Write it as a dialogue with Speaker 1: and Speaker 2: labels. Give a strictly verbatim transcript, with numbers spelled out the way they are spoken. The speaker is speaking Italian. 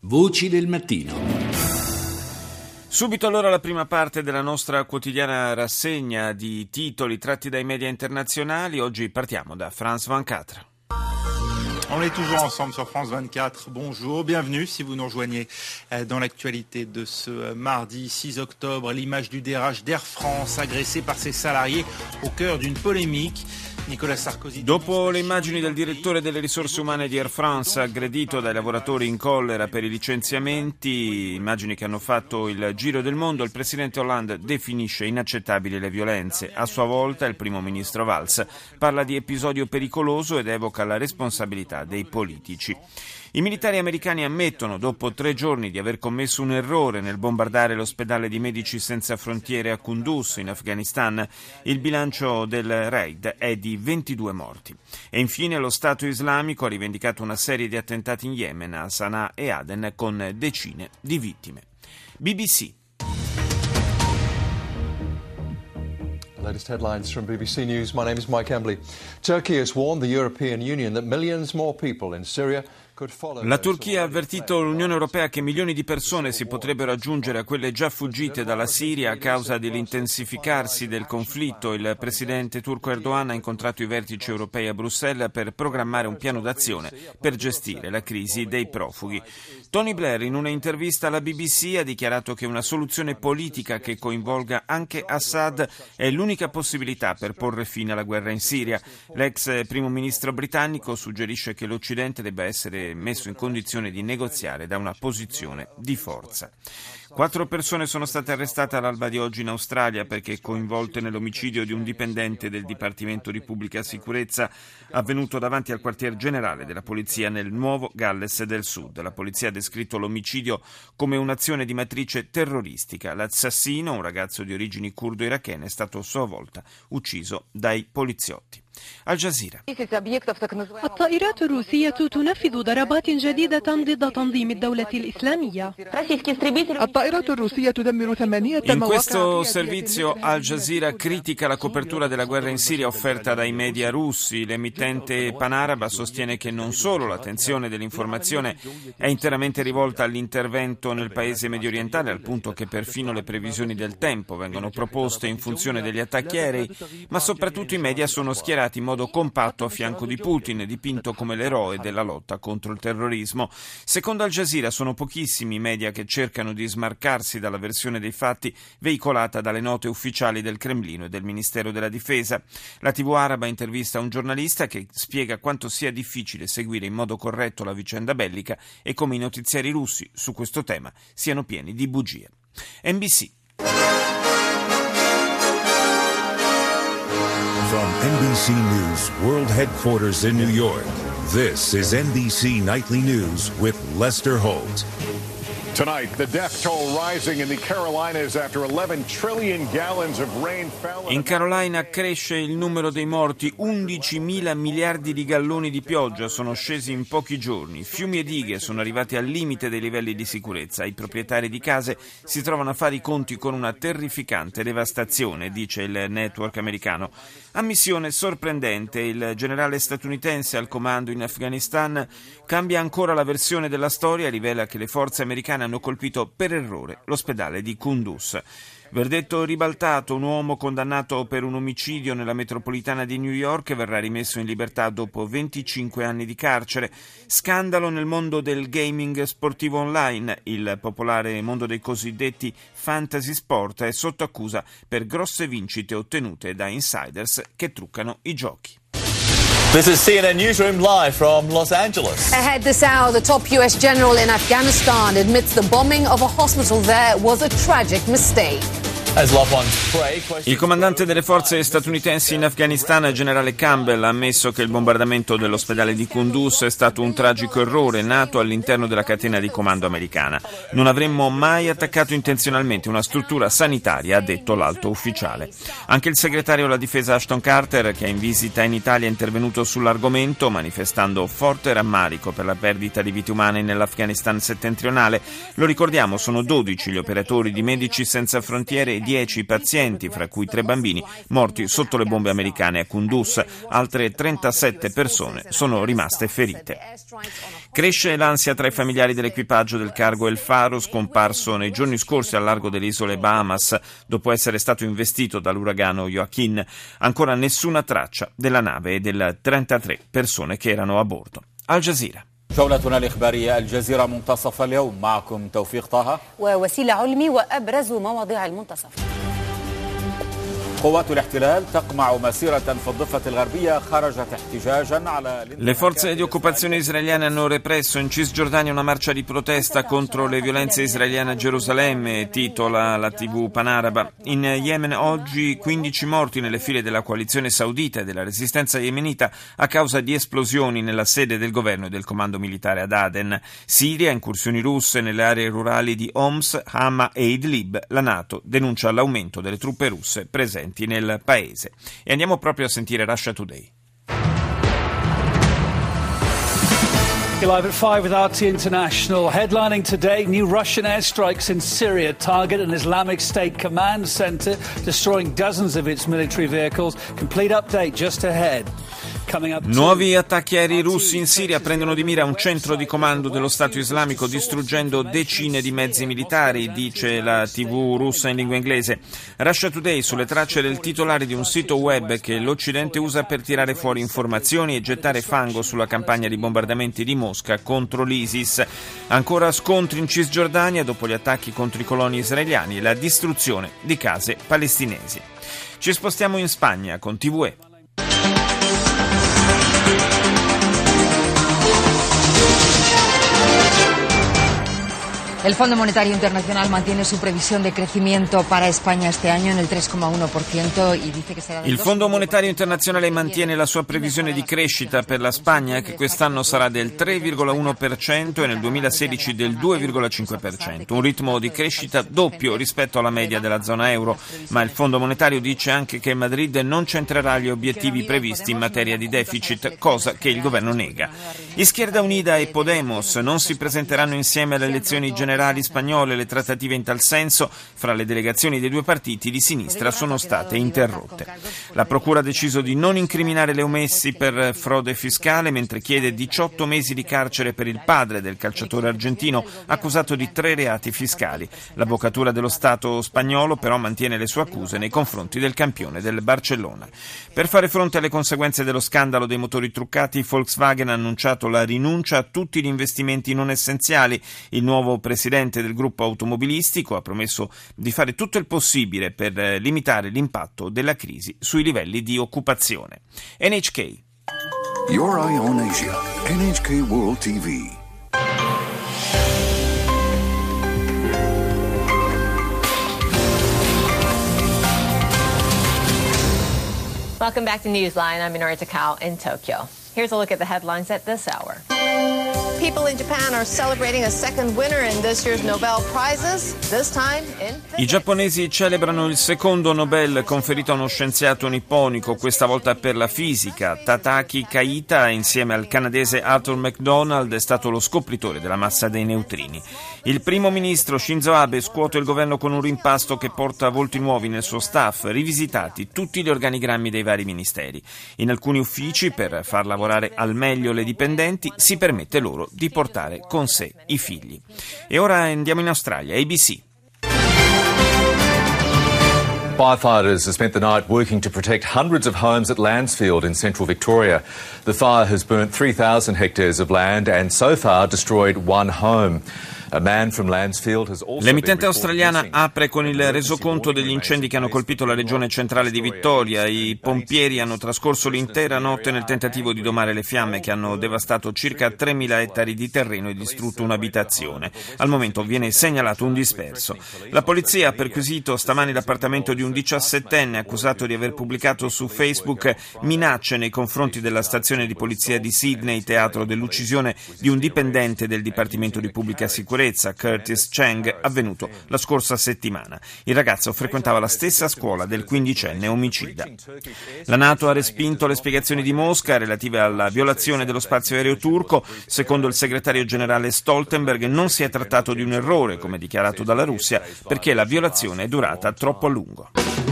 Speaker 1: Voci del mattino.
Speaker 2: Subito allora la prima parte della nostra quotidiana rassegna di titoli tratti dai media internazionali. Oggi partiamo da France vingt-quatre.
Speaker 3: On est toujours ensemble sur France vingt-quatre. Bonjour, bienvenue si vous nous rejoignez dans l'actualité de ce mardi six octobre. L'image du dérapage d'Air France agressé par ses salariés au cœur d'une polémique. Nicolas Sarkozy.
Speaker 2: Dopo le immagini del direttore delle risorse umane di Air France aggredito dai lavoratori in collera per i licenziamenti, immagini che hanno fatto il giro del mondo, il presidente Hollande definisce inaccettabili le violenze. A sua volta il primo ministro Valls parla di episodio pericoloso ed evoca la responsabilità dei politici. I militari americani ammettono, dopo tre giorni, di aver commesso un errore nel bombardare l'ospedale di Medici Senza Frontiere a Kunduz, in Afghanistan. Il bilancio del raid è di ventidue morti. E infine lo Stato islamico ha rivendicato una serie di attentati in Yemen, a Sana'a e Aden, con decine di vittime. B B C.
Speaker 4: Latest headlines from B B C News. My name is Mike Embley. Turkey has warned the European Union that millions more people in Syria.
Speaker 2: La Turchia ha avvertito l'Unione Europea che milioni di persone si potrebbero aggiungere a quelle già fuggite dalla Siria a causa dell'intensificarsi del conflitto. Il presidente turco Erdogan ha incontrato i vertici europei a Bruxelles per programmare un piano d'azione per gestire la crisi dei profughi. Tony Blair, in una intervista alla B B C, ha dichiarato che una soluzione politica che coinvolga anche Assad è l'unica possibilità per porre fine alla guerra in Siria. L'ex primo ministro britannico suggerisce che l'Occidente debba essere messo in condizione di negoziare da una posizione di forza. Quattro persone sono state arrestate all'alba di oggi in Australia perché coinvolte nell'omicidio di un dipendente del Dipartimento di Pubblica Sicurezza avvenuto davanti al quartier generale della polizia nel Nuovo Galles del Sud. La polizia ha descritto l'omicidio come un'azione di matrice terroristica. L'assassino, un ragazzo di origini curdo-irachene, è stato a sua volta ucciso dai poliziotti. Al Jazeera.
Speaker 5: الطائرات الروسية تنفذ ضربات جديدة ضد تنظيم الدولة الإسلامية. الطائرات الروسية تدمر ثمانية
Speaker 2: In
Speaker 5: مواقع.
Speaker 2: questo servizio Al Jazeera critica la copertura della guerra in Siria offerta dai media russi. L'emittente panaraba sostiene che non solo l'attenzione dell'informazione è interamente rivolta all'intervento nel paese mediorientale, al punto che perfino le previsioni del tempo vengono proposte in funzione degli attacchi aerei, ma soprattutto i media sono schierati in modo compatto a fianco di Putin, dipinto come l'eroe della lotta contro il terrorismo. Secondo Al Jazeera sono pochissimi i media che cercano di smarcarsi dalla versione dei fatti veicolata dalle note ufficiali del Cremlino e del Ministero della Difesa. La tivù araba intervista un giornalista che spiega quanto sia difficile seguire in modo corretto la vicenda bellica e come i notiziari russi su questo tema siano pieni di bugie. N B C.
Speaker 6: From N B C News World Headquarters in New York, this is N B C Nightly News with Lester Holt.
Speaker 7: Tonight, the death toll rising in the Carolinas after eleven trillion gallons of rain fell.
Speaker 2: In Carolina cresce il numero dei morti, undicimila miliardi di galloni di pioggia sono scesi in pochi giorni, fiumi e dighe sono arrivati al limite dei livelli di sicurezza, i proprietari di case si trovano a fare i conti con una terrificante devastazione, dice il network americano. Ammissione sorprendente, il generale statunitense al comando in Afghanistan cambia ancora la versione della storia e rivela che le forze americane hanno colpito per errore l'ospedale di Kunduz. Verdetto ribaltato, un uomo condannato per un omicidio nella metropolitana di New York verrà rimesso in libertà dopo venticinque anni di carcere. Scandalo nel mondo del gaming sportivo online. Il popolare mondo dei cosiddetti fantasy sport è sotto accusa per grosse vincite ottenute da insiders che truccano i giochi.
Speaker 8: This is C N N Newsroom live from Los Angeles.
Speaker 9: Ahead this hour, the top U S general in Afghanistan admits the bombing of a hospital there was a tragic mistake.
Speaker 2: Il comandante delle forze statunitensi in Afghanistan, generale Campbell, ha ammesso che il bombardamento dell'ospedale di Kunduz è stato un tragico errore nato all'interno della catena di comando americana. Non avremmo mai attaccato intenzionalmente una struttura sanitaria, ha detto l'alto ufficiale. Anche il segretario alla difesa Ashton Carter, che è in visita in Italia, è intervenuto sull'argomento, manifestando forte rammarico per la perdita di vite umane nell'Afghanistan settentrionale. Lo ricordiamo, sono dodici gli operatori di Medici Senza Frontiere e dieci pazienti, fra cui tre bambini, morti sotto le bombe americane a Kunduz. Altre trentasette persone sono rimaste ferite. Cresce l'ansia tra i familiari dell'equipaggio del cargo El Faro, scomparso nei giorni scorsi al largo delle isole Bahamas dopo essere stato investito dall'uragano Joaquin. Ancora nessuna traccia della nave e delle trentatré persone che erano a bordo. Al Jazeera.
Speaker 1: جولتنا الإخبارية الجزيرة منتصف اليوم معكم توفيق طه
Speaker 9: ووسيلة علمي وأبرز مواضيع المنتصف.
Speaker 2: Le forze di occupazione israeliane hanno represso in Cisgiordania una marcia di protesta contro le violenze israeliane a Gerusalemme, titola la tivù panaraba. In Yemen oggi quindici morti nelle file della coalizione saudita e della resistenza yemenita a causa di esplosioni nella sede del governo e del comando militare ad Aden. Siria, incursioni russe nelle aree rurali di Homs, Hama e Idlib. La NATO denuncia l'aumento delle truppe russe presenti nel paese. E andiamo proprio a sentire Russia Today.
Speaker 10: You're live at five with R T International. Headlining today, new Russian airstrikes in Syria target an Islamic State command center, destroying dozens of its military vehicles. Complete update just ahead.
Speaker 2: Nuovi attacchi aerei russi in Siria prendono di mira un centro di comando dello Stato islamico, distruggendo decine di mezzi militari, dice la tivù russa in lingua inglese. Russia Today sulle tracce del titolare di un sito web che l'Occidente usa per tirare fuori informazioni e gettare fango sulla campagna di bombardamenti di Mosca contro l'ISIS. Ancora scontri in Cisgiordania dopo gli attacchi contro i coloni israeliani e la distruzione di case palestinesi. Ci spostiamo in Spagna con T V E.
Speaker 11: El Fondo Monetario Internacional mantiene su previsión de crecimiento para España este año en el tres coma uno por ciento y dice que será del
Speaker 2: Il Fondo Monetario Internazionale mantiene la sua previsione di crescita per la Spagna, che quest'anno sarà del tre virgola uno per cento e nel duemilasedici del due virgola cinque per cento, un ritmo di crescita doppio rispetto alla media della zona euro, ma il Fondo Monetario dice anche che Madrid non centrerà gli obiettivi previsti in materia di deficit, cosa che il governo nega. Izquierda Unida e Podemos non si presenteranno insieme alle elezioni generali generali spagnole. Le trattative in tal senso fra le delegazioni dei due partiti di sinistra sono state interrotte. La Procura ha deciso di non incriminare Leo Messi per frode fiscale, mentre chiede diciotto mesi di carcere per il padre del calciatore argentino accusato di tre reati fiscali. L'Avvocatura dello Stato spagnolo però mantiene le sue accuse nei confronti del campione del Barcellona. Per fare fronte alle conseguenze dello scandalo dei motori truccati, Volkswagen ha annunciato la rinuncia a tutti gli investimenti non essenziali. Il nuovo presidente Presidente del gruppo automobilistico ha promesso di fare tutto il possibile per limitare l'impatto della crisi sui livelli di occupazione. N H K.
Speaker 12: Your Eye on Asia. N H K World T V.
Speaker 13: Welcome back to Newsline. I'm Minoru Takao in Tokyo. Here's a look at the headlines at this hour. People in Japan are celebrating a second winner in this year's Nobel Prizes, this time in physics.
Speaker 2: I giapponesi celebrano il secondo Nobel conferito a uno scienziato nipponico, questa volta per la fisica. Tadaki Kaita, insieme al canadese Arthur MacDonald, è stato lo scopritore della massa dei neutrini. Il primo ministro Shinzo Abe scuote il governo con un rimpasto che porta volti nuovi nel suo staff, rivisitati tutti gli organigrammi dei vari ministeri. In alcuni uffici, per far lavorare al meglio le dipendenti, si permette loro di portare con sé i figli. E ora andiamo in Australia, A B C.
Speaker 14: Firefighters have spent the night working to protect hundreds of homes at Landsfield in central Victoria. The fire has burnt three thousand hectares of land and so far destroyed one home.
Speaker 2: L'emittente australiana apre con il resoconto degli incendi che hanno colpito la regione centrale di Vittoria. I pompieri hanno trascorso l'intera notte nel tentativo di domare le fiamme che hanno devastato circa tremila ettari di terreno e distrutto un'abitazione. Al momento viene segnalato un disperso. La polizia ha perquisito stamani l'appartamento di un diciassettenne accusato di aver pubblicato su Facebook minacce nei confronti della stazione di polizia di Sydney, teatro dell'uccisione di un dipendente del Dipartimento di Pubblica Sicurezza sicurezza Curtis Cheng avvenuto la scorsa settimana. Il ragazzo frequentava la stessa scuola del quindicenne omicida. La NATO ha respinto le spiegazioni di Mosca relative alla violazione dello spazio aereo turco. Secondo il segretario generale Stoltenberg non si è trattato di un errore, come dichiarato dalla Russia, perché la violazione è durata troppo a lungo.